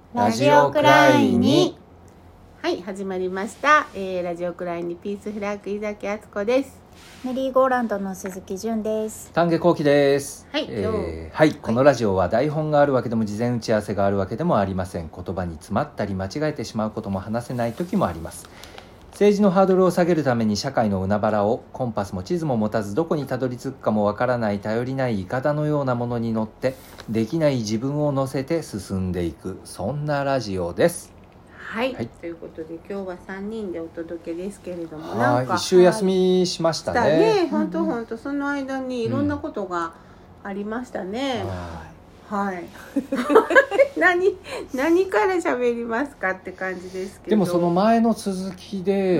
ラジオくらいに。 はい、始まりました、ラジオくらいにピースフラッグ井崎敦子です。 メリーゴーランドの鈴木純です。 丹下幸喜です。 はい、 このラジオは台本があるわけでも事前打ち合わせがあるわけでもありません。言葉に詰まったり間違えてしまうことも話せない時もあります。政治のハードルを下げるために社会の海原をコンパスも地図も持たずどこにたどり着くかもわからない頼りないイカダのようなものに乗ってできない自分を乗せて進んでいく、そんなラジオです。 はい、ということで今日は3人でお届けですけれども、 なんか一週休みしましたね。 本当その間にいろんなことがありましたね。はい何から喋りますかって感じですけど、 でもその前の続きで、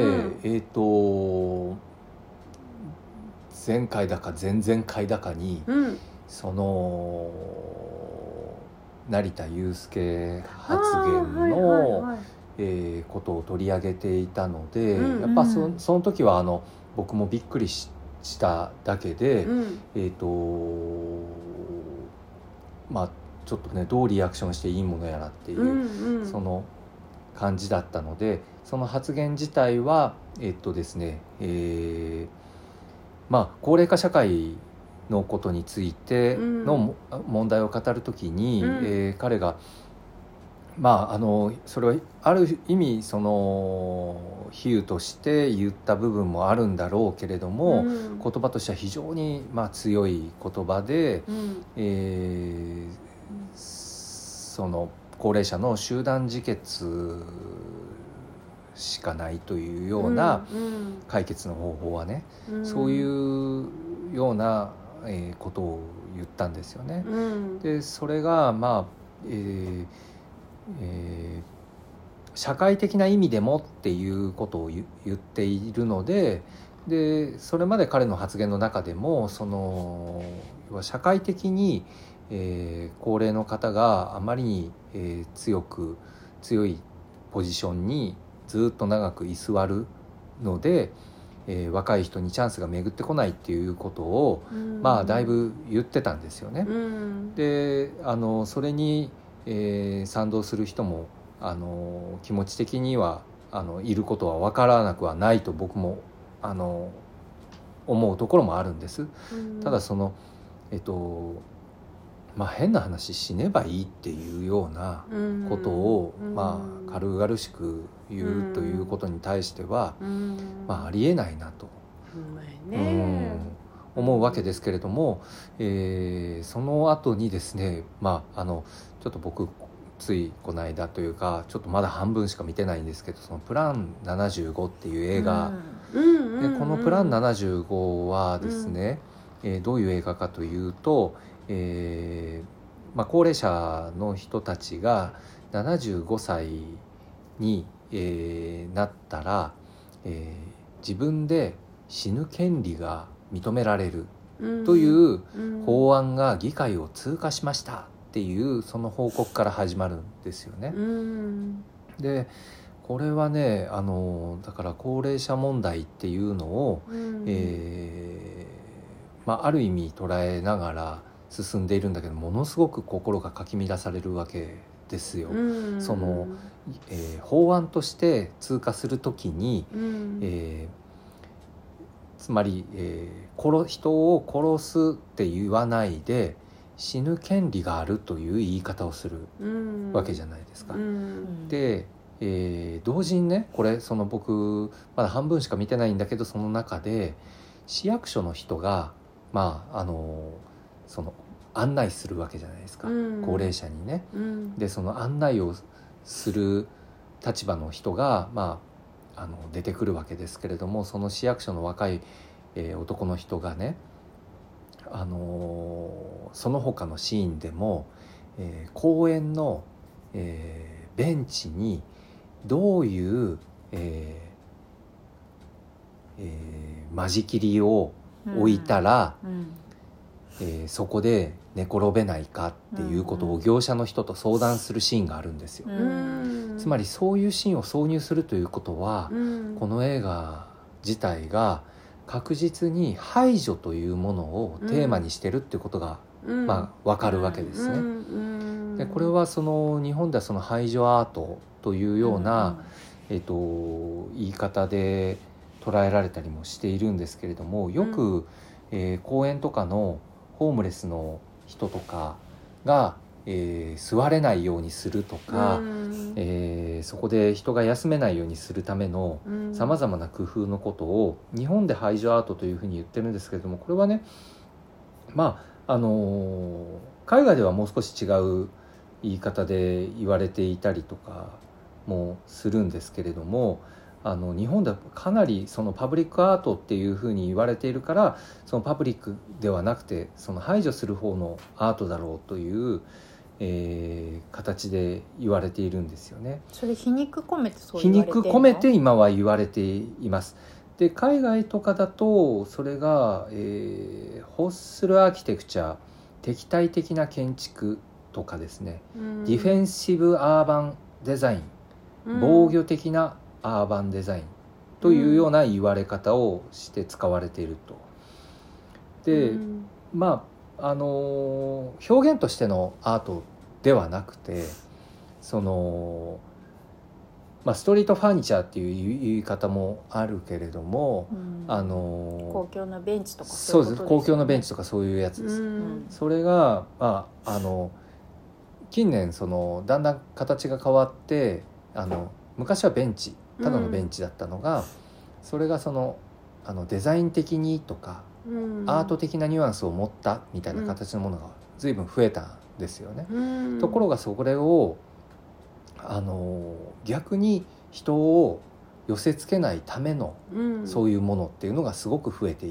前回だか前々回だかに、その成田悠輔発言のことを取り上げていたので、やっぱその時は僕もびっくりしただけで、まあちょっとねどうリアクションしていいものやらっていう、その感じだったので、その発言自体はですね、高齢化社会のことについての問題を語るときに、彼がそれはある意味その比喩として言った部分もあるんだろうけれども、言葉としては非常に強い言葉で、その高齢者の集団自決しかないというような解決の方法はね、そういうようなことを言ったんですよね。でそれが社会的な意味でもっていうことを言っているので、それまで彼の発言の中でもその社会的に、高齢の方があまりに、強いポジションにずっと長く居座るので、若い人にチャンスが巡ってこないっていうことを、だいぶ言ってたんですよね。でそれに、賛同する人も気持ち的にはいることは分からなくはないと僕も思うところもあるんです。ただその変な話しねばいいっていうようなことを、軽々しく言うということに対しては、ありえないなと、思うわけですけれども、その後にですね、ちょっと僕ついこの間というかちょっとまだ半分しか見てないんですけど、そのプラン75っていう映画、でこのプラン75はですね、どういう映画かというと、高齢者の人たちが75歳に、なったら、自分で死ぬ権利が認められるという法案が議会を通過しましたっていうその報告から始まるんですよね。でこれはねだから高齢者問題っていうのを、ある意味捉えながら進んでいるんだけど、ものすごく心がかき乱されるわけですよ。その、法案として通過するときに、つまり、人を殺すって言わないで死ぬ権利があるという言い方をするわけじゃないですか。で、同時にね、これその僕まだ半分しか見てないんだけど、その中で市役所の人がその案内するわけじゃないですか、高齢者にね。でその案内をする立場の人が、出てくるわけですけれども、その市役所の若い、男の人がね、その他のシーンでも、公園の、ベンチにどういう、間仕切りを置いたら、そこで寝転べないかっていうことを業者の人と相談するシーンがあるんですよ。つまりそういうシーンを挿入するということは、この映画自体が確実に排除というものをテーマにしてるってことが、分かるわけですね。 でこれはその日本ではその排除アートというような、言い方で捉えられたりもしているんですけれども、よく、公園とかのホームレスの人とかが、座れないようにするとか、そこで人が休めないようにするためのさまざまな工夫のことを日本で排除アートというふうに言ってるんですけれども、これはね、まあ海外ではもう少し違う言い方で言われていたりとかもするんですけれども、日本ではかなりそのパブリックアートっていうふうに言われているから、そのパブリックではなくてその排除する方のアートだろうという、形で言われているんですよね。 それ皮肉込めてそう皮言われてるの？ 肉込めて今は言われています。で海外とかだとそれが、ホッスルアーキテクチャ、敵対的な建築とかですね、ディフェンシブアーバンデザイン、防御的なアーバンデザインというような言われ方をして使われていると。で、まあ表現としてのアートではなくて、そのストリートファーニチャーっていう言い方もあるけれども、 公共のベンチとかそうです、公共のベンチとかそういうやつです。それが、近年そのだんだん形が変わって、昔はベンチ、ただのベンチだったのが、それがそのデザイン的にとか、アート的なニュアンスを持ったみたいな形のものが随分増えたんですよね。ところがそれを逆に人を寄せつけないための、そういうものっていうのがすごく増えていって、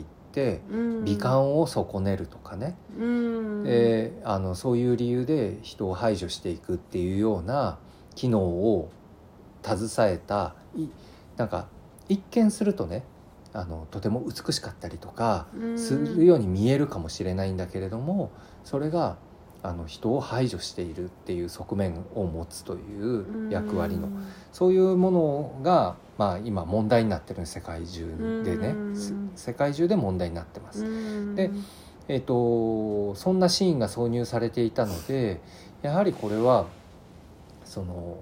美観を損ねるとかね、そういう理由で人を排除していくっていうような機能を携えた、なんか一見するとね、とても美しかったりとかするように見えるかもしれないんだけれども、それが人を排除しているっていう側面を持つという役割の、そういうものが、今問題になってる世界中でね、世界中で問題になってます。で、そんなシーンが挿入されていたので、やはりこれはその、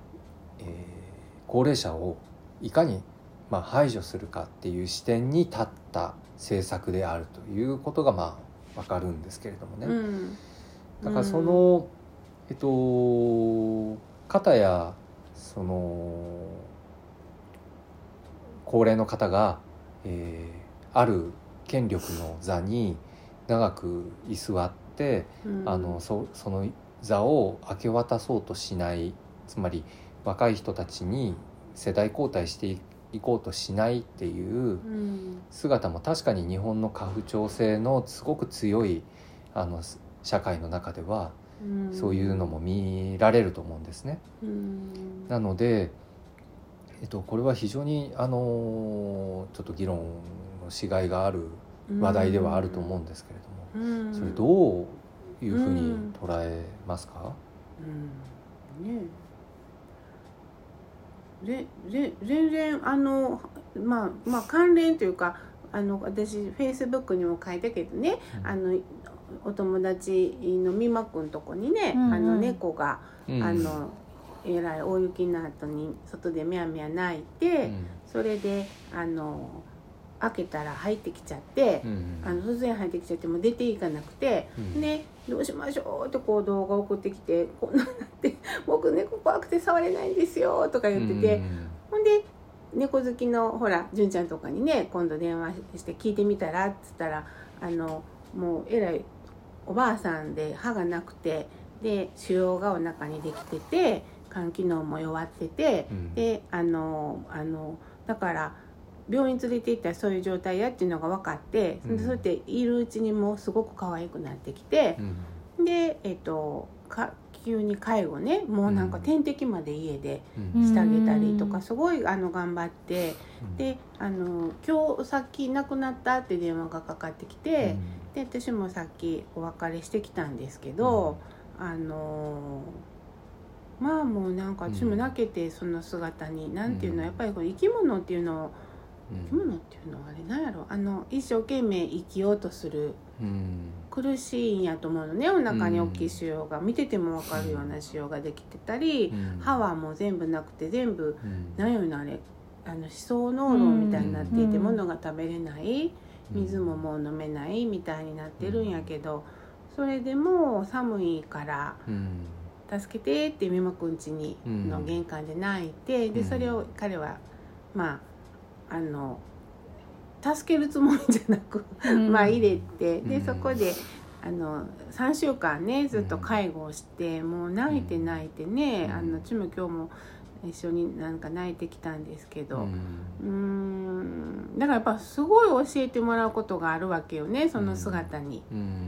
高齢者をいかに排除するかっていう視点に立った政策であるということが分かるんですけれどもね。だからその、方やその高齢の方が、ある権力の座に長く居座って、その座を明け渡そうとしない、つまり若い人たちに世代交代していこうとしないっていう姿も確かに日本の家父長制のすごく強い社会の中ではそういうのも見られると思うんですね。なので、これは非常にちょっと議論のしがいがある話題ではあると思うんですけれども、それどういうふうに捉えますか？ 全然関連というか、私フェイスブックにも書いたけどね、お友達の美馬くんとこにね、猫がえらい大雪の後に外でミャーミャー泣いて、それで開けたら入ってきちゃって、突然入ってきちゃってもう出ていかなくて、ね、どうしましょうって動画送ってきて、こんなんなって僕猫怖くて触れないんですよとか言ってて、ほんで猫好きのほら純ちゃんとかにね、今度電話して聞いてみたらっつったら、もうえらいおばあさんで歯がなくて、で腫瘍がお腹にできてて、肝機能も弱ってて、でだから病院連れて行ったらそういう状態やっていうのが分かって、そうやっているうちにもうすごく可愛くなってきて、で急に介護ね、もうなんか点滴まで家でしてあげたりとか、すごい頑張って、で今日さっき亡くなったって電話がかかってきて、で私もさっきお別れしてきたんですけど、もうなんか私も泣けて、その姿になんていうの、やっぱりこの生き物っていうのはあれなんやろ、一生懸命生きようとする苦しいんやと思うのね。お腹に大きい腫瘍が、見てても分かるような腫瘍ができてたり、歯はもう全部なくて全部、何よりあれ歯槽膿漏みたいになっていて、物が食べれない、水ももう飲めないみたいになってるんやけど、それでも寒いから助けてって美馬くん家にの玄関で泣いて、でそれを彼はまあ助けるつもりじゃなくまあ入れて、でそこで3週間ねずっと介護をして、もう泣いて泣いてね、ちも今日も一緒になんか泣いてきたんですけど、だからやっぱすごい教えてもらうことがあるわけよね、その姿に、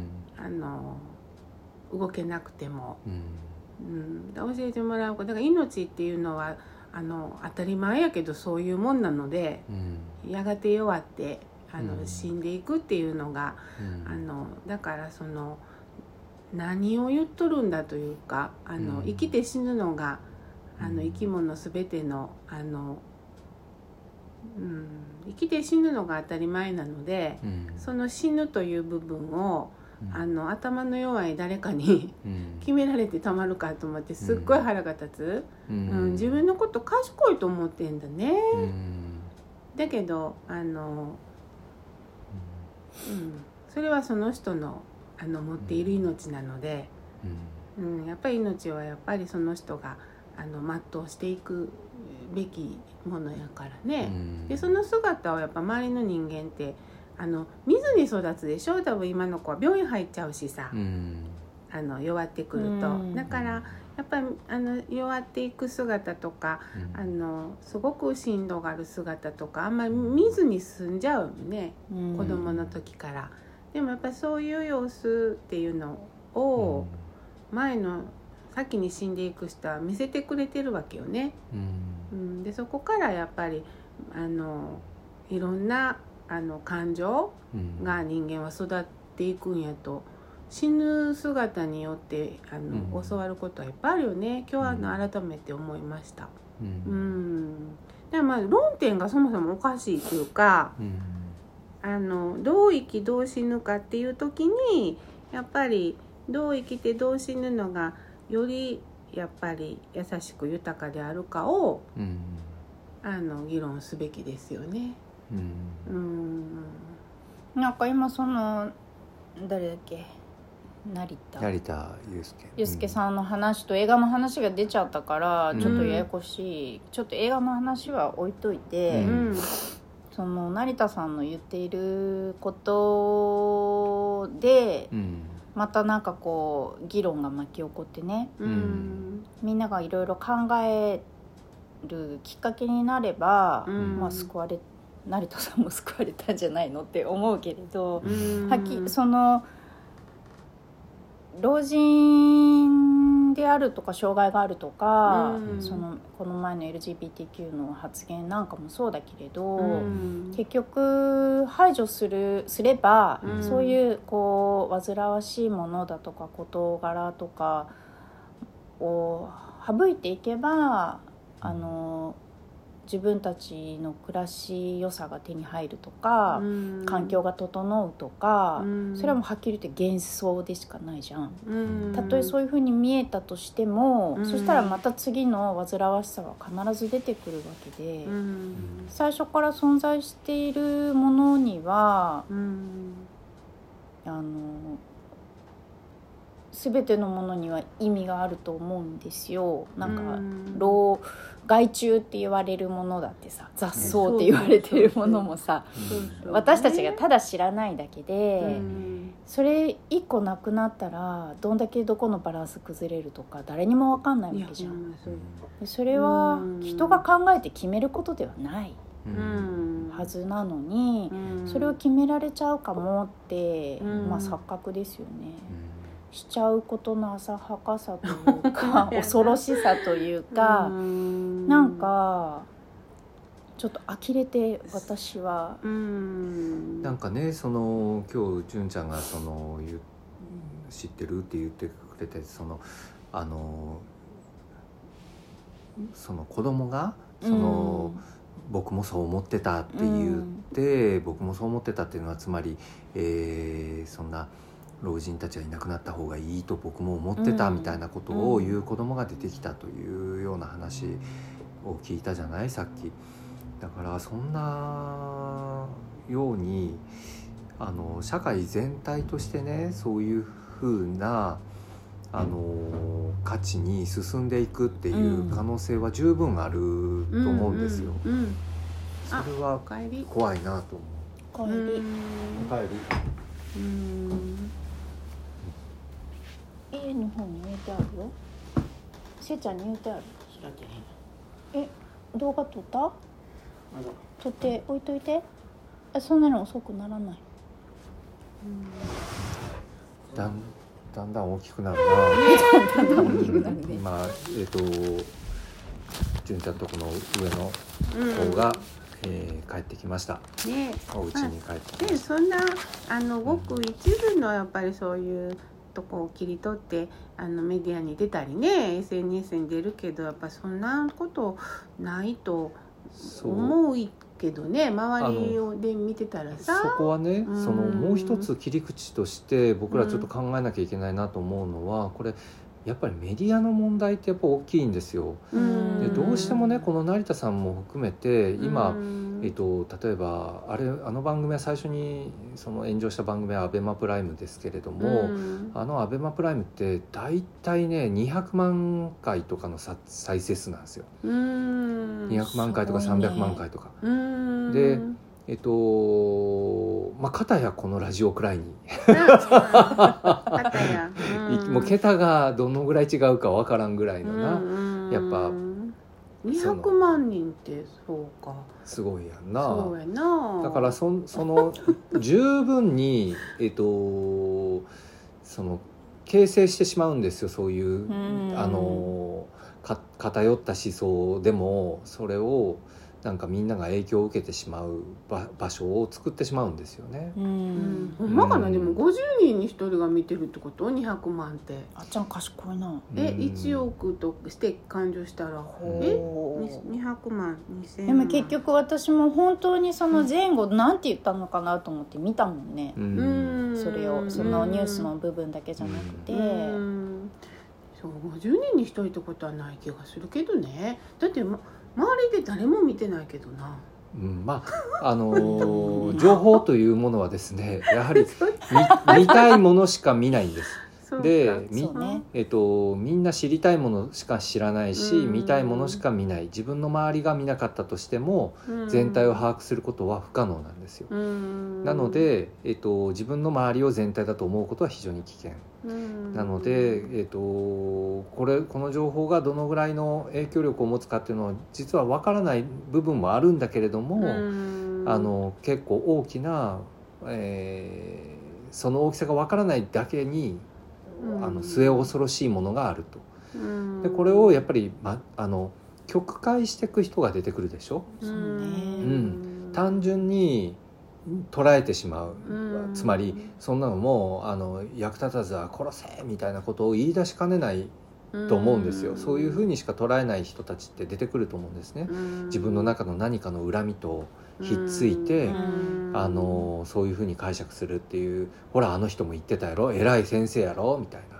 動けなくても、教えてもらうことだから、命っていうのは当たり前やけどそういうもんなので、やがて弱って死んでいくっていうのが、だからその何を言っとるんだというか、生きて死ぬのが生き物すべての生きて死ぬのが当たり前なので、その死ぬという部分を頭の弱い誰かに決められてたまるかと思って、すっごい腹が立つ、自分のこと賢いと思ってんだね、だけどそれはその人の持っている命なので、やっぱり命はやっぱりその人が全うしていくべきものやからね、でその姿をやっぱ周りの人間って見ずに育つでしょ。多分今の子は病院入っちゃうしさ、弱ってくると、だからやっぱり弱っていく姿とか、すごく振動がある姿とかあんまり見ずに済んじゃうね、子供の時から。でもやっぱりそういう様子っていうのを前の先に死んでいく人は見せてくれてるわけよね、でそこからやっぱりいろんな感情が人間は育っていくんやと、死ぬ姿によって教わることはいっぱいあるよね。今日は改めて思いました。でもまあ論点がそもそもおかしいというか、どう生きどう死ぬかっていう時にやっぱりどう生きてどう死ぬのがよりやっぱり優しく豊かであるかを、議論すべきですよね。 なんか今その誰だっけ、成田悠介さんの話と映画の話が出ちゃったからちょっとややこしい、ちょっと映画の話は置いといて、その成田さんの言っていることで、またなんかこう議論が巻き起こってね、みんながいろいろ考えるきっかけになれば、まあ成田さんも救われたんじゃないのって思うけれど、その老人であるとか障害があるとか、この前の LGBTQ の発言なんかもそうだけれど、結局排除すれば、そういうこう煩わしいものだとか事柄とかを省いていけば自分たちの暮らし良さが手に入るとか、環境が整うとか、それはもうはっきり言って幻想でしかないじゃん。たとえそういう風に見えたとしても、そしたらまた次の煩わしさは必ず出てくるわけで、最初から存在しているものには、全てのものには意味があると思うんですよ。なんか害虫って言われるものだってさ、雑草って言われてるものもさ、私たちがただ知らないだけで、それ一個なくなったらどんだけどこのバランス崩れるとか誰にも分かんないわけじゃん。それは人が考えて決めることではないはずなのに、それを決められちゃうかもって、まあ錯覚ですよね。しちゃうことの浅はかさというか恐ろしさというか、なんかちょっと呆れて、私はなんかね、その今日純ちゃんが知ってるって言ってくれて、その子供が僕もそう思ってたって言って、僕もそう思ってたっていうのはつまり、そんな老人たちはいなくなった方がいいと僕も思ってたみたいなことを言う子供が出てきたというような話を聞いたじゃないさっき。だからそんなように社会全体としてねそういうふうな価値に進んでいくっていう可能性は十分あると思うんですよ。それは怖いなと思う。 帰り。家の方に置いてあるよ。せいちゃんに置いてある。動画撮った？撮って置いといて。そんなの遅くならない。 だんだん大きくなるだんだん大きくなるね。 今純ちゃんとこの上の子が、帰ってきました。 ね、 お家に帰ってきました。 でそんなごく一部のやっぱりそういうとこを切り取ってメディアに出たりね SNS に出るけどやっぱそんなことないと思うけどね周りで見てたらさそこはねもう一つ切り口として僕らちょっと考えなきゃいけないなと思うのはこれやっぱりメディアの問題ってやっぱ大きいんですよ。でどうしてもねこの成田さんも含めて今、例えばあの番組は最初にその炎上した番組はアベマプライムですけれども、アベマプライムって大体ね200万回とかの再生数なんですよ。200万回とか300万回とか。で片やこのラジオくらいにもう桁がどのぐらい違うか分からんぐらいのな、やっぱ 200万人ってそうかすごいやんな。 そうやな。 だからその十分にその形成してしまうんですよそういう偏った思想でもそれをなんかみんなが影響を受けてしまう場所を作ってしまうんですよね。 ほんまかな。でも50人に1人が見てるってこと200万って。 あっちゃん賢いな。 1億として勘定したら200万2000万。 でも結局私も本当にその前後なんて言ったのかなと思って見たもんね。それをそのニュースの部分だけじゃなくて。 そう50人に1人ってことはない気がするけどね。だって周りで誰も見てないけどな。 情報というものはですねやはり見たいものしか見ないんです。でみんな知りたいものしか知らないし見たいものしか見ない。自分の周りが見なかったとしても全体を把握することは不可能なんですよ。なので、自分の周りを全体だと思うことは非常に危険なので、この情報がどのぐらいの影響力を持つかっていうのは実は分からない部分もあるんだけれども結構大きな、その大きさが分からないだけに末恐ろしいものがあると。でこれをやっぱり、曲解していく人が出てくるでしょ。単純に捉えてしまう。つまりそんなのも役立たずは殺せみたいなことを言い出しかねないと思うんですよ。そういうふうにしか捉えない人たちって出てくると思うんですね。自分の中の何かの恨みとひっついてそういうふうに解釈するっていう。ほらあの人も言ってたやろ偉い先生やろみたいな。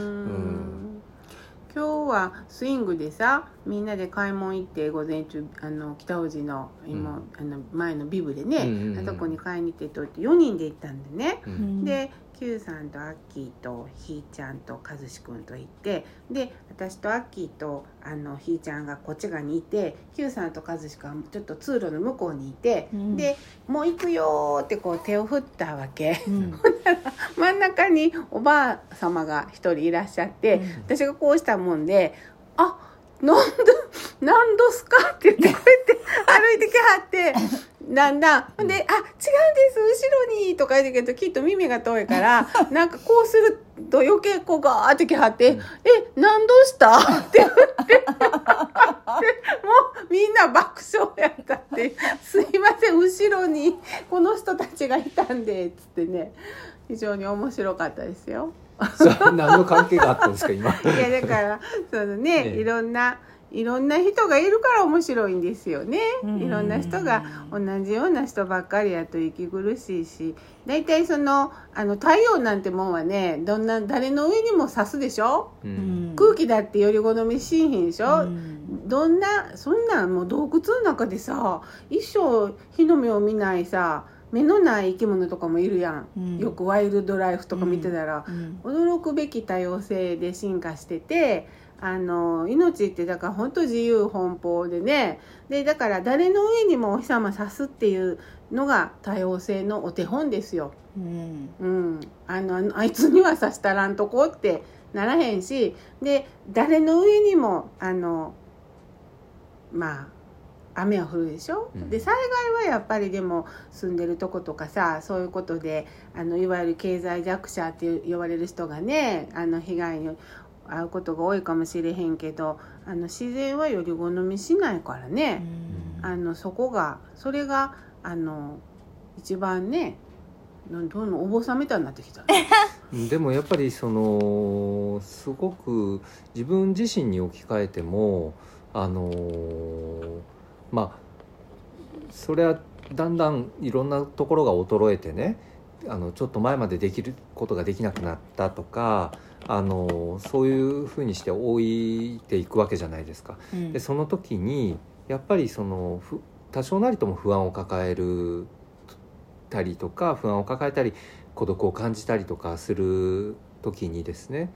今日はスイングでさみんなで買い物行って午前中北大路の今、前のビブでね、あそこに買いに行ってと4人で行ったんでね、で Q さんとアッキーとひーちゃんと和志くんと行ってで私とアッキーとひーちゃんがこっち側にいて Q さんと和志くんはちょっと通路の向こうにいて、でもう行くよってこう手を振ったわけ、真ん中におばあ様が一人いらっしゃって、私がこうしたもんで何度すかって言ってこうやって歩いてきはってだんだんで違うんです後ろにとか言ってけどきっと耳が遠いからなんかこうすると余計こうガーってきはって何度したって言ってもうみんな爆笑やったってすいません後ろにこの人たちがいたんでつってね非常に面白かったですよ。 何の関係があったんですか今。 いやだからそのね、いろんないろんな人がいるから面白いんですよね。いろんな人が同じような人ばっかりやと息苦しいし、だいたい太陽なんてもんはね、誰の上にも差すでしょ、空気だってより好みしんひんでしょ、そんなんもう洞窟の中でさ、一生日の目を見ないさ、目のない生き物とかもいるやん、よくワイルドライフとか見てたら、驚くべき多様性で進化してて、命ってだから本当自由奔放でね、でだから誰の上にもお日様差すっていうのが多様性のお手本ですよ。あいつには差したらんとこってならへんし、で誰の上にも雨は降るでしょ、で災害はやっぱりでも住んでるとことかさ、そういうことでいわゆる経済弱者って呼ばれる人がね、被害に遭うことが多いかもしれへんけど、自然はより好みしないからね、それが一番ね、どんどんお坊さんみたいになってきたでもやっぱりすごく自分自身に置き換えてもそれはだんだんいろんなところが衰えてね、ちょっと前までできることができなくなったとか、そういうふうにして老いていくわけじゃないですか、でその時にやっぱり多少なりとも不安を抱えたりとか、不安を抱えたり孤独を感じたりとかする時にですね、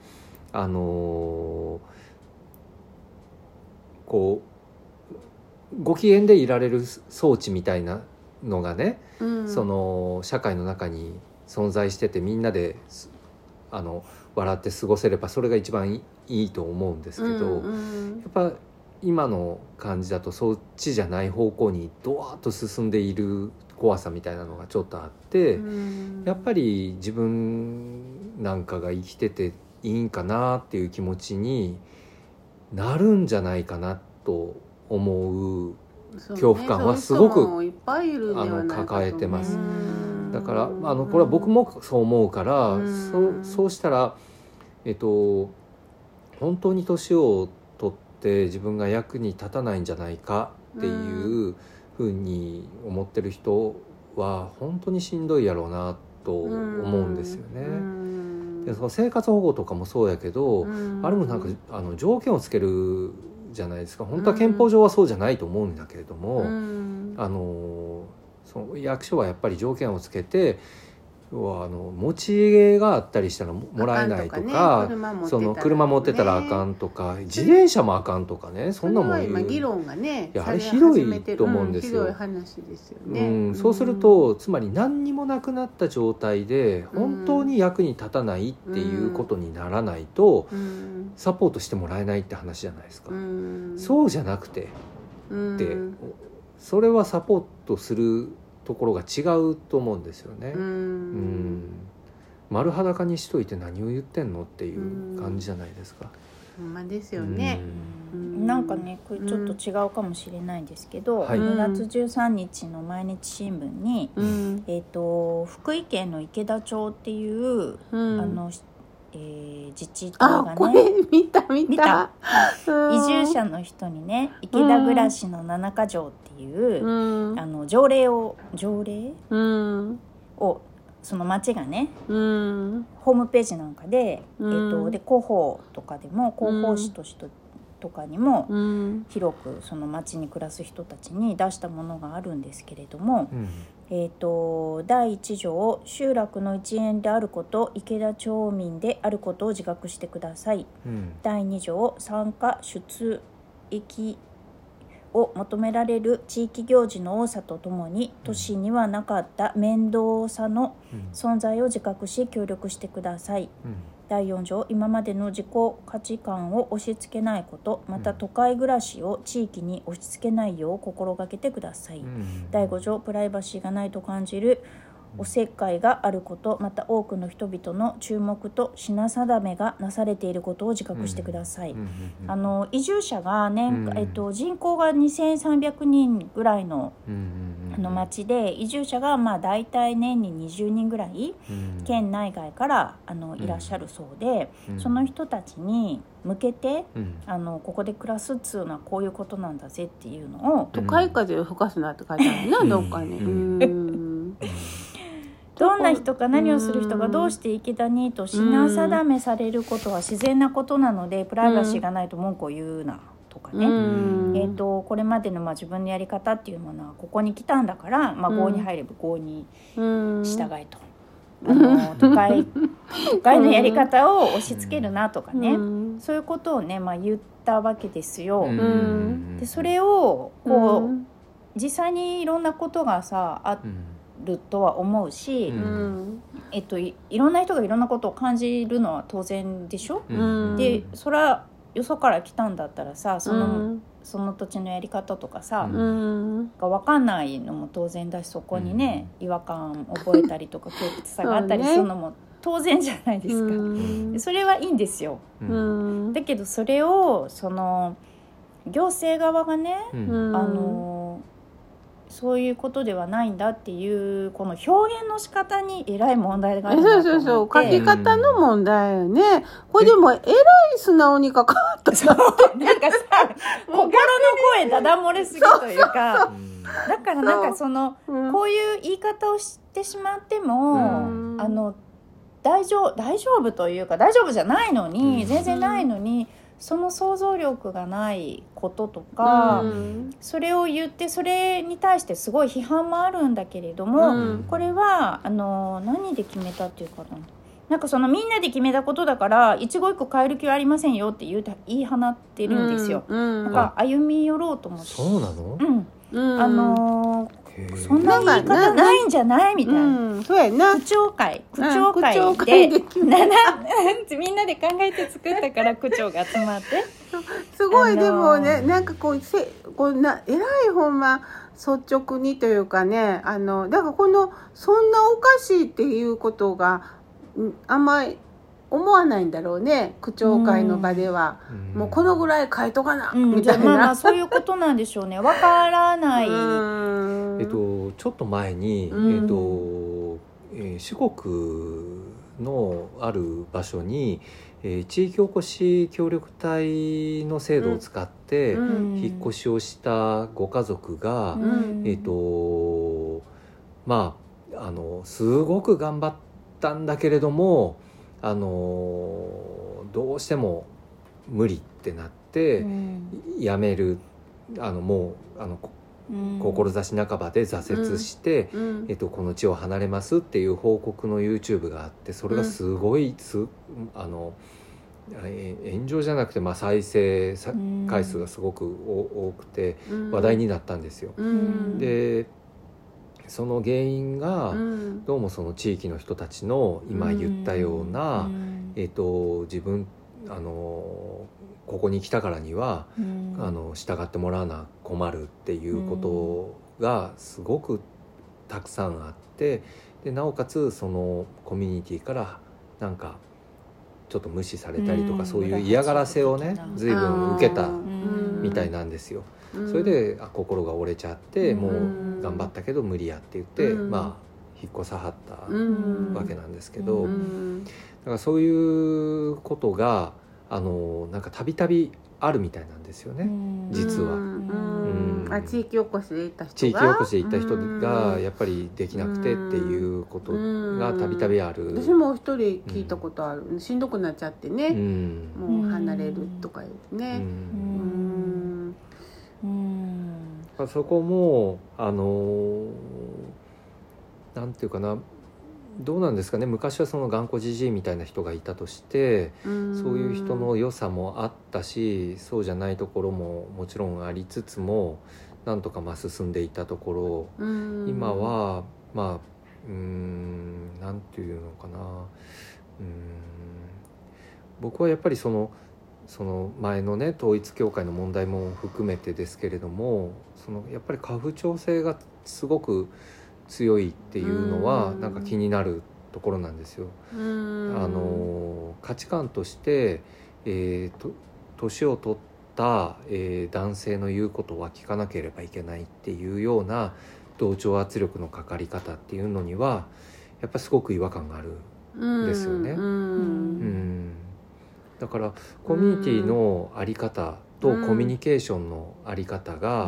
ご機嫌でいられる装置みたいなのがね、社会の中に存在してて、みんなで笑って過ごせればそれが一番いいと思うんですけど、やっぱ今の感じだとそっちじゃない方向にドワーッと進んでいる怖さみたいなのがちょっとあって、やっぱり自分なんかが生きてていいんかなっていう気持ちになるんじゃないかなと思う恐怖感はすごく抱えてます。だからこれは僕もそう思うから、そうしたら本当に年を取って自分が役に立たないんじゃないかっていうふうに思ってる人は本当にしんどいやろうなと思うんですよね。でその生活保護とかもそうやけど、あれもなんか条件をつけるじゃないですか。本当は憲法上はそうじゃないと思うんだけれども、その役所はやっぱり条件をつけて、持ち家があったりしたらもらえないとか、車持ってたらあかんとか、自転車もあかんとかね、そんなもん今議論がね、 あれひどいと思うんですよ。 ひどい話ですよね。 そうするとつまり何にもなくなった状態で本当に役に立たないっていうことにならないとサポートしてもらえないって話じゃないですか。そうじゃなくてで、それはサポートするところが違うと思うんですよね。丸裸にしといて何を言ってんのっていう感じじゃないですか。 ほんまですよね。 なんかね、これちょっと違うかもしれないんですけど、2月13日の毎日新聞に、福井県の池田町っていう、自治体がね、 これ見た移住者の人にね、池田暮らしの七か条っていう、条例をその町がね、ホームページなんかで、で広報とかでも広報誌としてとかにも広くその町に暮らす人たちに出したものがあるんですけれども、第1条、集落の一員であること、池田町民であることを自覚してください。第2条、参加出益を求められる地域行事の多さとともに、都市にはなかった面倒さの存在を自覚し協力してください。第4条、今までの自己価値観を押し付けないこと、また都会暮らしを地域に押し付けないよう心がけてください。第5条、プライバシーがないと感じるおせっかいがあること、また多くの人々の注目と品定めがなされていることを自覚してください。移住者が人口が2300人ぐらいの町で、移住者がだいたい年に20人ぐらい県内外からいらっしゃるそうで、その人たちに向けてここで暮らすっつうのはこういうことなんだぜっていうのを、 都会風を吹かすなって書いてあるな、どっかに。 どんな人か何をする人がどうして池田にと品定めされることは自然なことなので、プライバシーがないと文句を言うなとかね、これまでの自分のやり方っていうものはここに来たんだから、郷に入れば郷に従えと、都会のやり方を押し付けるなとかね、そういうことをね、言ったわけですよ。でそれをこう実際にいろんなことがさあるとは思うし、いろんな人がいろんなことを感じるのは当然でしょ。でそれはよそから来たんだったらさ、その土地のやり方とかさ、が分かんないのも当然だし、そこにね違和感覚えたりとか窮屈さがあったりするのも当然じゃないですか。でそれはいいんですよ。だけどそれを行政側がね、そういうことではないんだっていうこの表現の仕方にえらい問題があるなと思って。 書き方の問題よね。これでもえらい素直に書かはったな。 なんかさ心の声だだ漏れすぎというか、だからなんかこういう言い方をしてしまっても、大丈夫というか大丈夫じゃないのに、全然ないのに、その想像力がないこととか、それを言ってそれに対してすごい批判もあるんだけれども、これは何で決めたっていうかなんかみんなで決めたことだから一語一句変える気はありませんよって言い放ってるんですよ。なんか歩み寄ろうと思って。 そうなの？ そんな言い方ないんじゃないみたいな。 そうやな。 区長会でみんなで考えて作ったから区長が集まって。 すごいでもね、なんかえらいほんま率直にというかね、だからそんなおかしいっていうことがあんまり思わないんだろうね、区長会の場では。もうこのぐらい書いとかな、みたいな。 そういうことなんでしょうね。わからない。 ちょっと前に、四国のある場所に、地域おこし協力隊の制度を使って引っ越しをしたご家族が、すごく頑張ったんだけれども、どうしても無理ってなって、辞めるもう志半ばで挫折して、この地を離れますっていう報告の YouTube があって、それがすごい炎上じゃなくて、再生回数がすごく多くて話題になったんですよ。でその原因がどうもその地域の人たちの今言ったような、自分ここに来たからには、従ってもらわな困るっていうことがすごくたくさんあって、でなおかつそのコミュニティからなんかちょっと無視されたりとか、そういう嫌がらせをね随分受けたみたいなんですよ。それで心が折れちゃって、もう頑張ったけど無理やって言って、引っ越さはったわけなんですけど、だからそういうことがなんかたびたびあるみたいなんですよね、実は。 地域おこしで行った人が地域おこしで行った人がやっぱりできなくてっていうことがたびたびある。 私も一人聞いたことある、しんどくなっちゃってね、もう離れるとか言ってね。 そこもなんていうかな、どうなんですかね。昔はその頑固じじいみたいな人がいたとして、そういう人の良さもあったし、そうじゃないところももちろんありつつも、なんとか進んでいたところ、今はなんていうのかな、僕はやっぱりその前のね統一教会の問題も含めてですけれども、やっぱり家父長制がすごく強いっていうのはなんか気になるところなんですよ。価値観として、年を取った、男性の言うことは聞かなければいけないっていうような同調圧力のかかり方っていうのにはやっぱりすごく違和感があるんですよね。だからコミュニティの在り方とコミュニケーションの在り方が、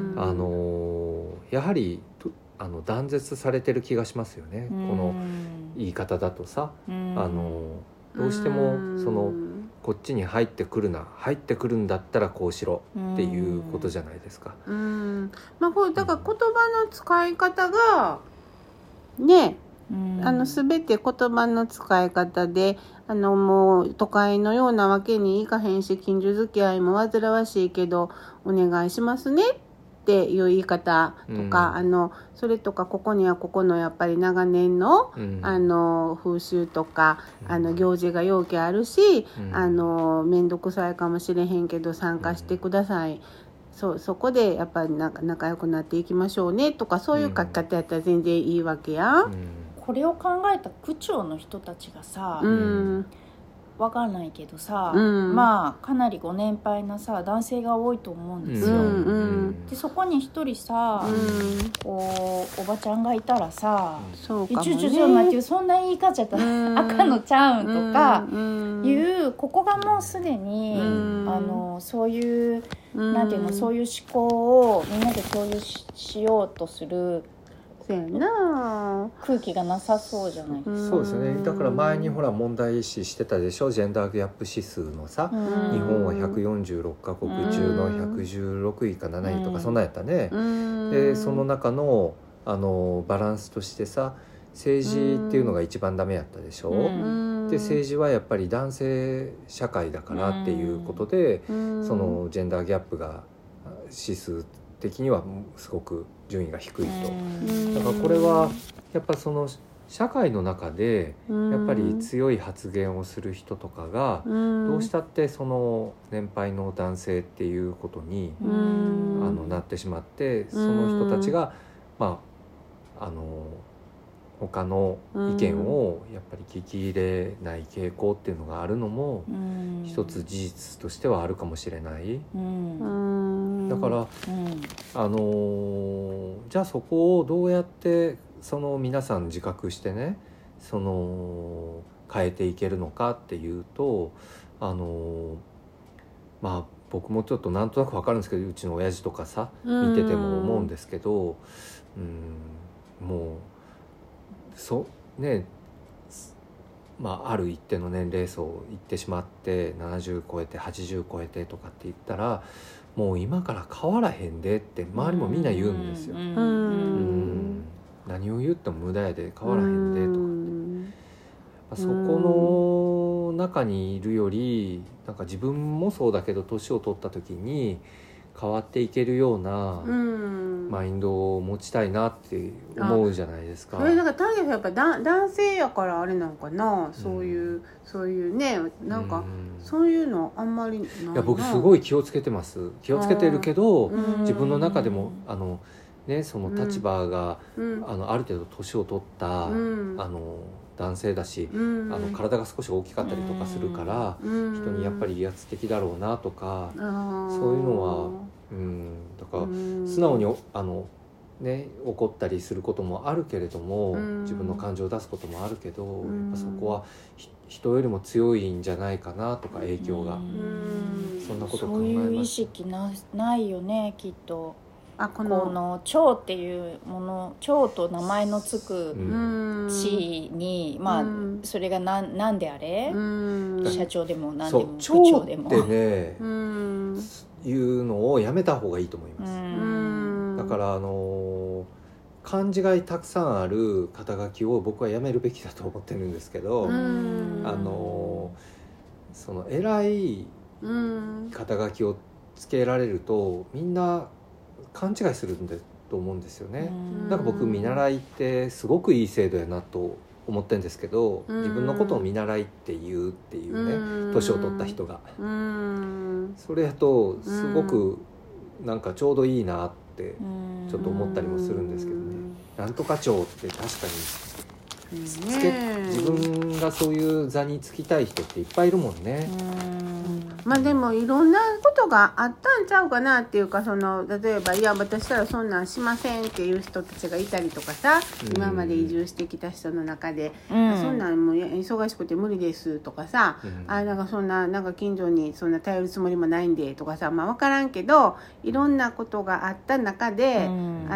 やはり断絶されてる気がしますよね。この言い方だとさ、どうしてもこっちに入ってくるんだったらこうしろっていうことじゃないですか。 これだから言葉の使い方がね、全て言葉の使い方でもう都会のようなわけにいかへんし、近所付き合いも煩わしいけどお願いしますねっていう言い方とか、それとかここにはここのやっぱり長年の、風習とか行事が要件あるし、面倒くさいかもしれへんけど参加してください、そこでやっぱり仲良くなっていきましょうねとか、そういう書き方やったら全然いいわけや。 これを考えた区長の人たちがさ、わかんないけどさ、まあかなりご年配なさ男性が多いと思うんですよ、でそこに一人さ、こうおばちゃんがいたらさ「 そうかもね、 ちょ待ってそんな言い方やったら赤のちゃうん」とかいうここがもうすでにそういうなんていうの、そういう思考をみんなで共有 しようとする空気がなさそうじゃないですか。 そうですね。だから前にほら問題視してたでしょ、ジェンダーギャップ指数のさ、日本は146カ国中の116位か7位とかそんなんやったね。でその中のバランスとしてさ、政治っていうのが一番ダメやったでしょ。で政治はやっぱり男性社会だからっていうことで、そのジェンダーギャップが指数的にはすごく順位が低いと。だからこれはやっぱその社会の中でやっぱり強い発言をする人とかがどうしたってその年配の男性っていうことになってしまって、その人たちが他の意見をやっぱり聞き入れない傾向っていうのがあるのも一つ事実としてはあるかもしれない。だから、じゃあそこをどうやってその皆さん自覚してね、その変えていけるのかっていうと、僕もちょっとなんとなく分かるんですけど、うちの親父とかさ見てても思うんですけど、もうね、ある一定の年齢層をいってしまって70超えて80超えてとかって言ったら、もう今から変わらへんでって周りもみんな言うんですよ。何を言っても無駄やで変わらへんでとかって、そこの中にいるよりなんか自分もそうだけど年を取った時に変わっていけるようなマインドを持ちたいなって思うじゃないですか。 それだから単にやっぱ男性やからあれなんかな、そういうね、なんかそういうのあんまりないな。 いや僕すごい気をつけてます。気をつけてるけど自分の中でもその立場がある程度年を取った男性だし、体が少し大きかったりとかするから人にやっぱり威圧的だろうなとか、そういうのはだから素直に怒ったりすることもあるけれども、自分の感情を出すこともあるけど、やっぱそこは人よりも強いんじゃないかなとか、影響がそんなこと考えます。 そういう意識ないよねきっと。この蝶っていうもの、蝶と名前のつく地に、それが何であれ、社長でも何でも部長でも蝶ってねいうのをやめた方がいいと思います。だから漢字がたくさんある肩書きを僕はやめるべきだと思ってるんですけど、その偉い肩書きをつけられるとみんな勘違いするんだと思うんですよね。だから僕見習いってすごくいい制度やなと思ってるんですけど、自分のことを見習いって言うっていうね、年を取った人がそれやとすごくなんかちょうどいいなってちょっと思ったりもするんですけどね。 なんとか長って確かに自分がそういう座につきたい人っていっぱいいるもんね。 まあでもいろんなことがあったんちゃうかなっていうか、その例えばいや私はそんなんしませんっていう人たちがいたりとかさ、今まで移住してきた人の中で、そんなんもう忙しくて無理ですとかさ、なんかそんななんか近所にそんな頼るつもりもないんでとかさ、まあ分からんけどいろんなことがあった中で、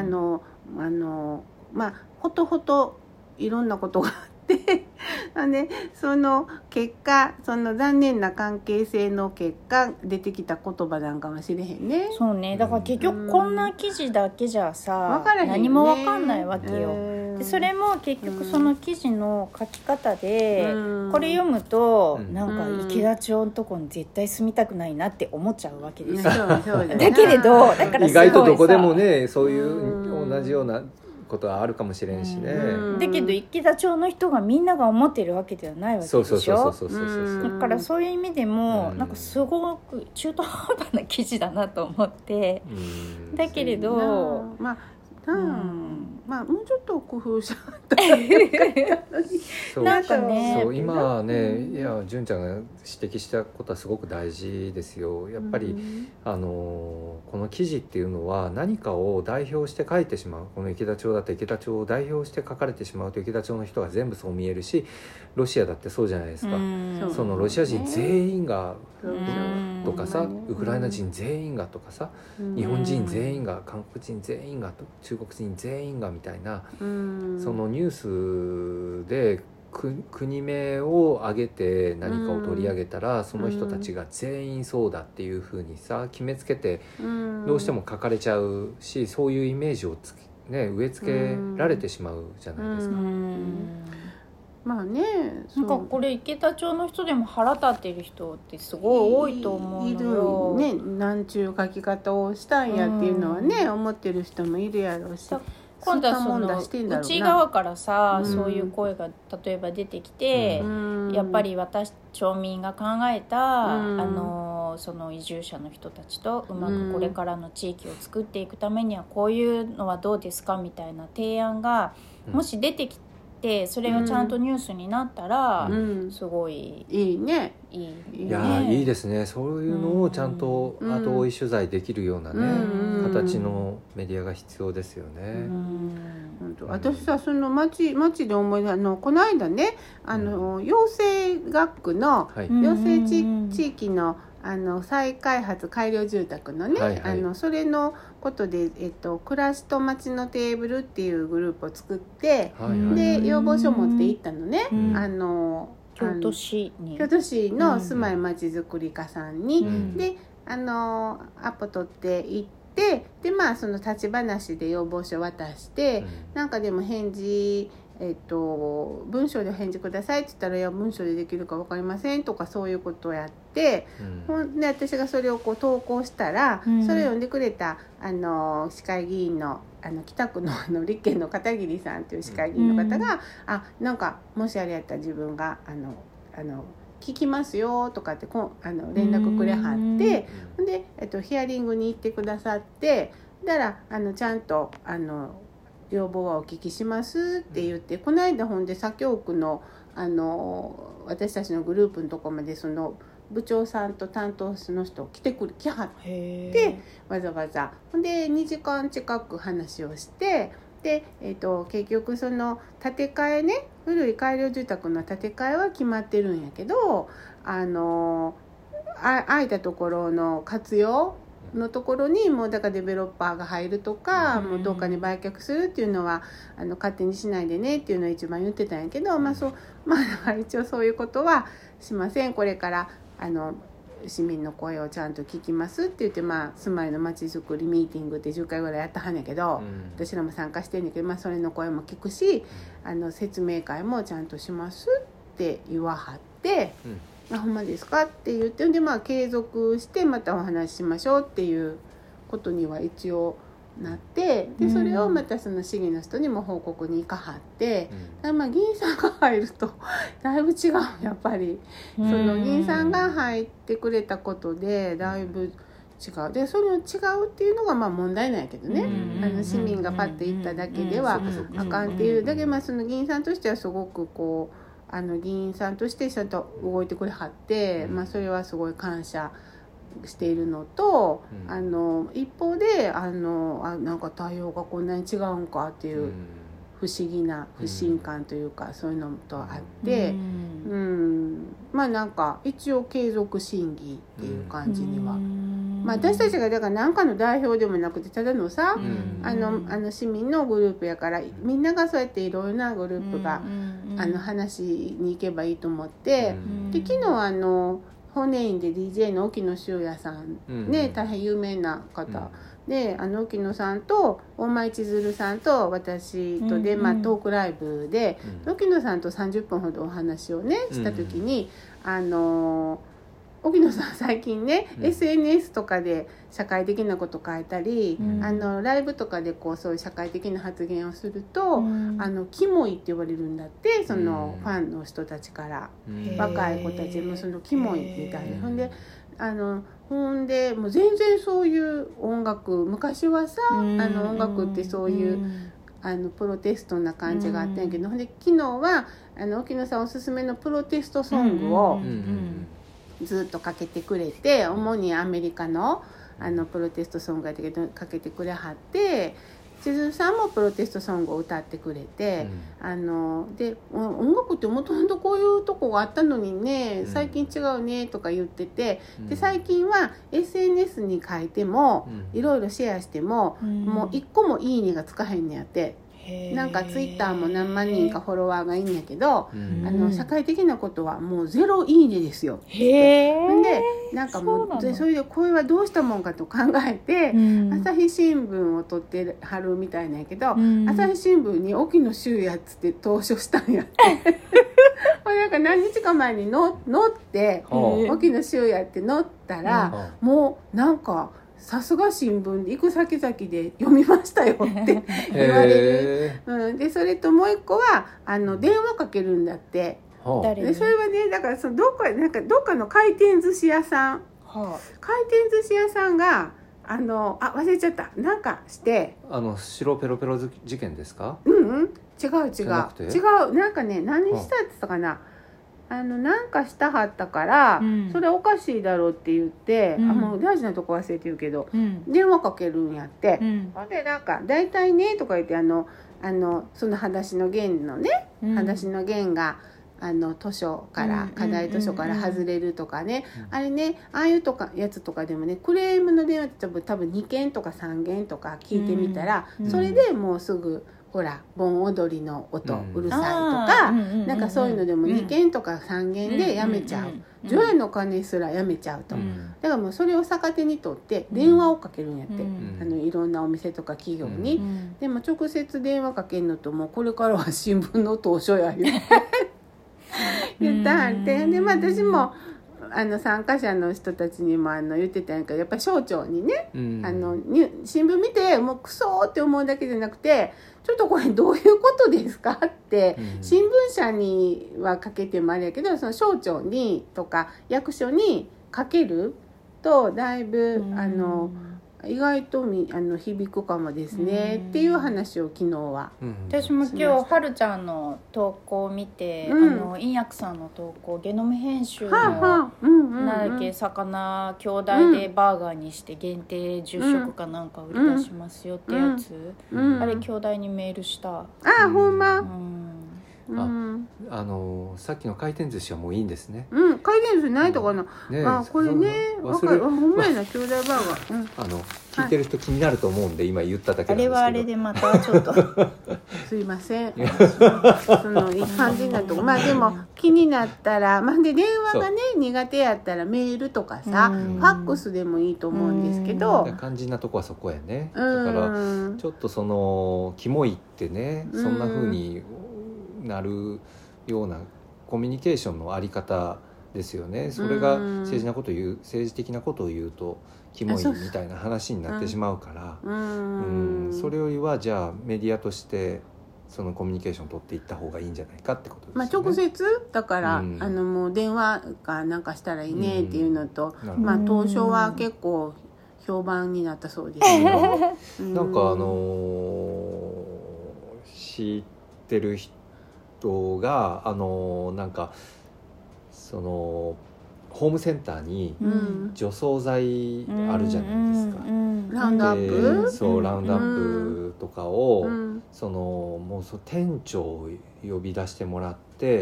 まあほとほといろんなことがあってでその結果、その残念な関係性の結果出てきた言葉なんかもしれへんね。 そうね、だから結局こんな記事だけじゃさ、何も分かんないわけよ。でそれも結局その記事の書き方で、これ読むとなんか池田町のとこに絶対住みたくないなって思っちゃうわけですよ。だけれどだから意外とどこでもね、そういう同じようなことはあるかもしれんしね。 だけど池田町の人がみんなが思ってるわけではないわけでしょ。だからそういう意味でもなんかすごく中途半端な記事だなと思って、だけれどまあもうちょっと工夫しちゃったらなんかね、 そう今はね、いや純ちゃんが指摘したことはすごく大事ですよ。やっぱり、この記事っていうのは何かを代表して書いてしまう。この池田町だって池田町を代表して書かれてしまうと池田町の人は全部そう見えるし、ロシアだってそうじゃないですか。そのロシア人全員がとかさ、ウクライナ人全員がとかさ、日本人全員が、韓国人全員が、中国人全員がみたいな、そのニュースで国名を挙げて何かを取り上げたら、その人たちが全員そうだっていうふうにさ決めつけてどうしても書かれちゃうし、そういうイメージを植え付けられてしまうじゃないですか。 まあね、 なんかこれ池田町の人でも腹立っている人ってすごい多いと思うのよ。 いるね、なんちゅう書き方をしたんやっていうのはね、思ってる人もいるやろうし、 今度はその内側からさ、そういう声が例えば出てきて、やっぱり私町民が考えた、その移住者の人たちとうまくこれからの地域を作っていくためにはこういうのはどうですかみたいな提案がもし出てきて、それがちゃんとニュースになったら、すごいいいね。 いやいいですね。そういうのをちゃんと後追い取材できるようなね、形のメディアが必要ですよね。 私さ、その町で思い出この間ね、養成学区の養成地域の再開発改良住宅のね、それのことで、暮らしと街のテーブルっていうグループを作って、で要望書持って行ったのね、 京都市の住まいまちづくり課さんに、でアポ取って行って、でまあその立ち話で要望書渡して、なんかでも返事文章で返事くださいって言ったら、いや文章でできるか分かりませんとか、そういうことをやって、ほんで私がそれをこう投稿したら、それを読んでくれた市会議員の北区の立憲の片桐さんという市会議員の方が、なんかもしあれやったら自分が聞きますよとかって連絡くれはって、で、ヒアリングに行ってくださって、だからちゃんと要望はお聞きしますって言って、この間ほんで左京区の私たちのグループのとこまでその部長さんと担当の人来はって、わざわざほんで2時間近く話をして、で、結局その建て替えね、古い改良住宅の建て替えは決まってるんやけど、空いたところの活用のところにもうだからデベロッパーが入るとか、もうどっかに売却するっていうのは勝手にしないでねっていうのを一番言ってたんやけど、だから一応そういうことはしません、これから市民の声をちゃんと聞きますって言って、住まいのまちづくりミーティングって10回ぐらいやったはんやけど、私らも参加してんねんけど、それの声も聞くし、説明会もちゃんとしますって言わはって、ほんまですかって言って、で継続してまたお話ししましょうっていうことには一応なって、でそれをまたその市議の人にも報告に行かはって、議員さんが入るとだいぶ違う、やっぱりその議員さんが入ってくれたことでだいぶ違うでその違うっていうのがまあ問題なんやけどね、市民がパッと言っただけではあかんっていうだけ、まあその議員さんとしてはすごくこう議員さんとしてちゃんと動いてくれはって、まあ、それはすごい感謝しているのと、一方でなんか対応がこんなに違うんかっていう不思議な不信感というか、そういうのとあって、まあなんか一応継続審議っていう感じには、まあ、私たちがだから何かの代表でもなくてただのさ、市民のグループやからみんながそうやっていろいろなグループが話しに行けばいいと思って、で昨日本園で DJ の沖野修也さんね、大変有名な方、で沖野さんと大前千鶴さんと私とで、まあ、トークライブで、沖野さんと30分ほどお話をねした時に、沖野さん最近ね、SNS とかで社会的なこと書いたり、ライブとかでこうそういう社会的な発言をすると、キモいって言われるんだって、そのファンの人たちから、若い子たちもそのキモいみたいな。ほんでもう全然そういう音楽、昔はさ、音楽ってそういうプロテストな感じがあったんやけど、ほんで昨日は沖野さんおすすめのプロテストソングをずっとかけてくれて、主にアメリカのプロテストソングやったけどかけてくれはって、千鶴さんもプロテストソングを歌ってくれて、で音楽ってもともとこういうとこがあったのにね、最近違うねとか言ってて、で最近は SNS に書いてもいろいろシェアしても、もう一個もいいねがつかへんねやって。なんかツイッターも何万人かフォロワーがいいんやけど、社会的なことはもうゼロいいねですよ。でなんかもうそれでこれはどうしたもんかと考えて、朝日新聞を取ってはるみたいなんやけど、朝日新聞に沖野修也っつって投書したんやってなんか何日か前に載って沖野修也って載ったら、もうなんかさすが新聞で行く先々で読みましたよって言われる、でそれともう一個は電話かけるんだって。でそれはね、だからそのどっかの回転寿司屋さん、回転寿司屋さんが忘れちゃった、なんかして白ペロペロ事件ですか？ 違う、なんかね、何したって言ったかな、なんかしたはったから、それおかしいだろうって言って、もう大事なとこ忘れてるけど、電話かけるんやって、でなんか大体ねとか言ってその裸足の弦のね、裸足の弦が図書から課題図書から外れるとかね、あれね、ああいうやつとかでもね、クレームの電話って多分2件とか3件とか聞いてみたら、それでもうすぐほら盆踊りの音うるさいとか、なんかそういうのでも2件とか3件でやめちゃう、除夜の鐘すらやめちゃうと、だからもうそれを逆手にとって電話をかけるんやって、いろんなお店とか企業に、でも直接電話かけるのと、もうこれからは新聞の投書や言ったはって、でまあ私も参加者の人たちにも言ってたんやけど、やっぱり省庁にね、新聞見てもうクソって思うだけじゃなくて、ちょっとこれどういうことですかって、新聞社にはかけてもあれやけど、その省庁にとか役所にかけるとだいぶ意外と響くかもですね、っていう話を昨日は、 私も今日はるちゃんの投稿を見て、インヤクさんの投稿、ゲノム編集のなんだっけ、魚兄弟でバーガーにして限定10食かなんか売り出しますよってやつ、あれ兄弟にメールした。 ほんま、 さっきの回転寿司はもういいんですね。 回転寿司ないとかな、これね、分かる、ほんまやな、兄弟バーガー、 聞いてる人気になると思うんで、今言っただけなんですけど、 あれはあれでまたちょっとすいません、そのいい感じなとこ、でも気になったら、で電話がね苦手やったらメールとかさ、ファックスでもいいと思うんですけど、 肝心なとこはそこやね。だからちょっとそのキモいってね、そんな風になるようなコミュニケーションのあり方ですよね。それが政治的なことを言うとキモいみたいな話になってしまうから、それよりはじゃあメディアとしてそのコミュニケーションを取っていった方がいいんじゃないかってことですね。 直接だから、もう電話かなんかしたらいいねっていうのと、当初は結構評判になったそうですよ。 なんか知ってる人がなんかそのホームセンターに除草剤あるじゃないですか、 ラウンドアップ、 そうラウンドアップとかを、そのもう店長を呼び出してもらって、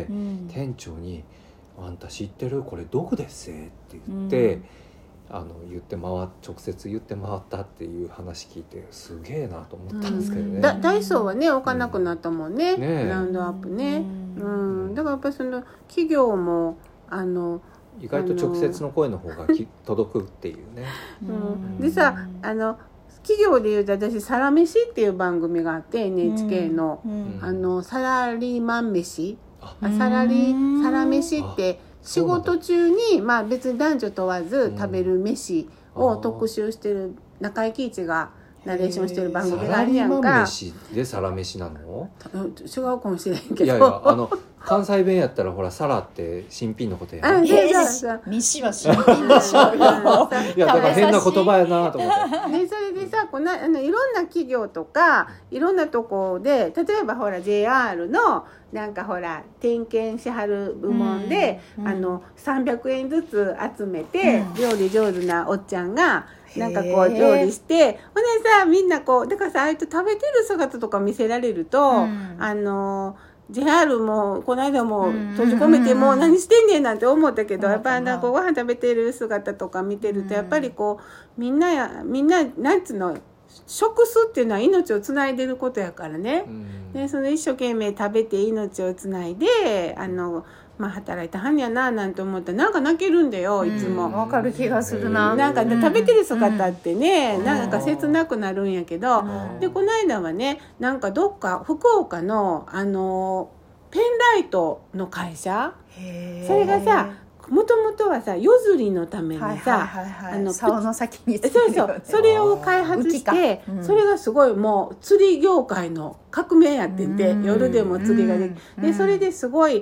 店長に「あんた知ってる？これ毒ですぜ」って言って、直接言って回ったっていう話聞いてすげえなと思ったんですけどね。 ダイソーはね置かなくなったもんね、ラウンドアップね。だからやっぱりその企業も意外と直接の声の方が届くっていうね。 でさ企業でいうと私サラメシっていう番組があって NHK の、サラリーマン飯、サラメシって仕事中に、まあ、別に男女問わず食べる飯を特集してる中井貴一がナレーションしてる番組があるやんか。 サラリーマン飯でサラメシなの？ 違うかもしれんけど。 いやいや関西弁やったらほらサラって新品のことやん。 飯は新品でしょうよ。 いやだから変な言葉やなと思って。 ね、それでさいろんな企業とかいろんなとこで例えばほら JR のなんかほら点検しはる部門で、300円ずつ集めて、料理上手なおっちゃんがなんかこう料理して、ほんでさみんなこうだからさああいうと食べてる姿とか見せられると、JR もこの間も閉じ込めてもう何してんねんなんて思ったけど、やっぱりなんかご飯食べてる姿とか見てるとやっぱりこうみんななんつうの食すっていうのは命をつないでることやからね、でその一生懸命食べて命をつないで働いたはんやななんて思ったらなんか泣けるんだよいつも。 わかる気がするな。 なんか食べてる姿ってね、なんか切なくなるんやけど、でこの間はねなんかどっか福岡のペンライトの会社、それがさもともとはさ夜釣りのためにさ竿の先にそれを開発して、それがすごいもう釣り業界の革命やってて、夜でも釣りができでそれですごい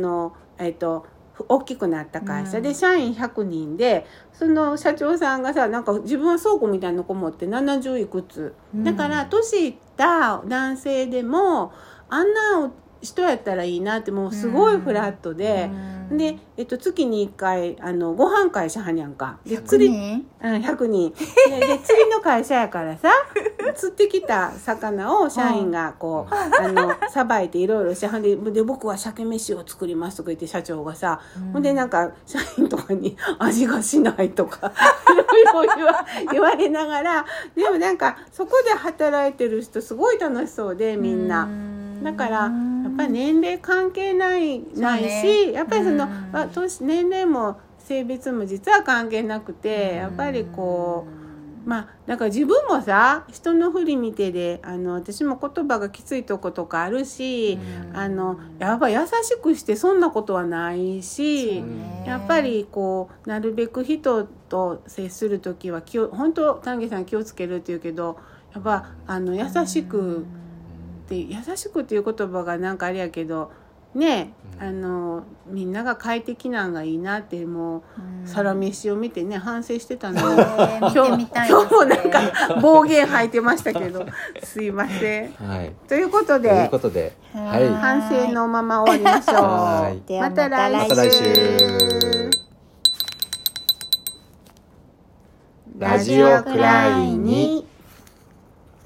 大きくなった会社で社員100人でその社長さんがさなんか自分は倉庫みたいな子持って70いくつだから年いった男性でもあんな人やったらいいなってもうすごいフラットで、で、月に1回ご飯会社はにゃんかで 100人 100人で釣りの会社やからさ釣ってきた魚を社員がこうさばいていろいろしてはんで僕は鮭飯を作りますとか言って社長がさ、ほんでなんか社員とかに味がしないとかいろいろ言われながらでもなんかそこで働いてる人すごい楽しそうでみんな。だからやっぱり年齢関係ないし、やっぱりその年齢も性別も実は関係なくて、やっぱりこうなんか自分もさ人の振り見てで私も言葉がきついとことかあるし、やっぱり優しくしてそんなことはないし、やっぱりこうなるべく人と接するときは本当丹下さん気をつけるって言うけどやっぱ優しくっていう言葉がなんかあれやけどね、みんなが快適なんがいいなってもうサラメシを見てね反省してたので、今日もなんか暴言吐いてましたけどすいません、ということで反省のまま終わりましょう。また来週。ラジオくらいに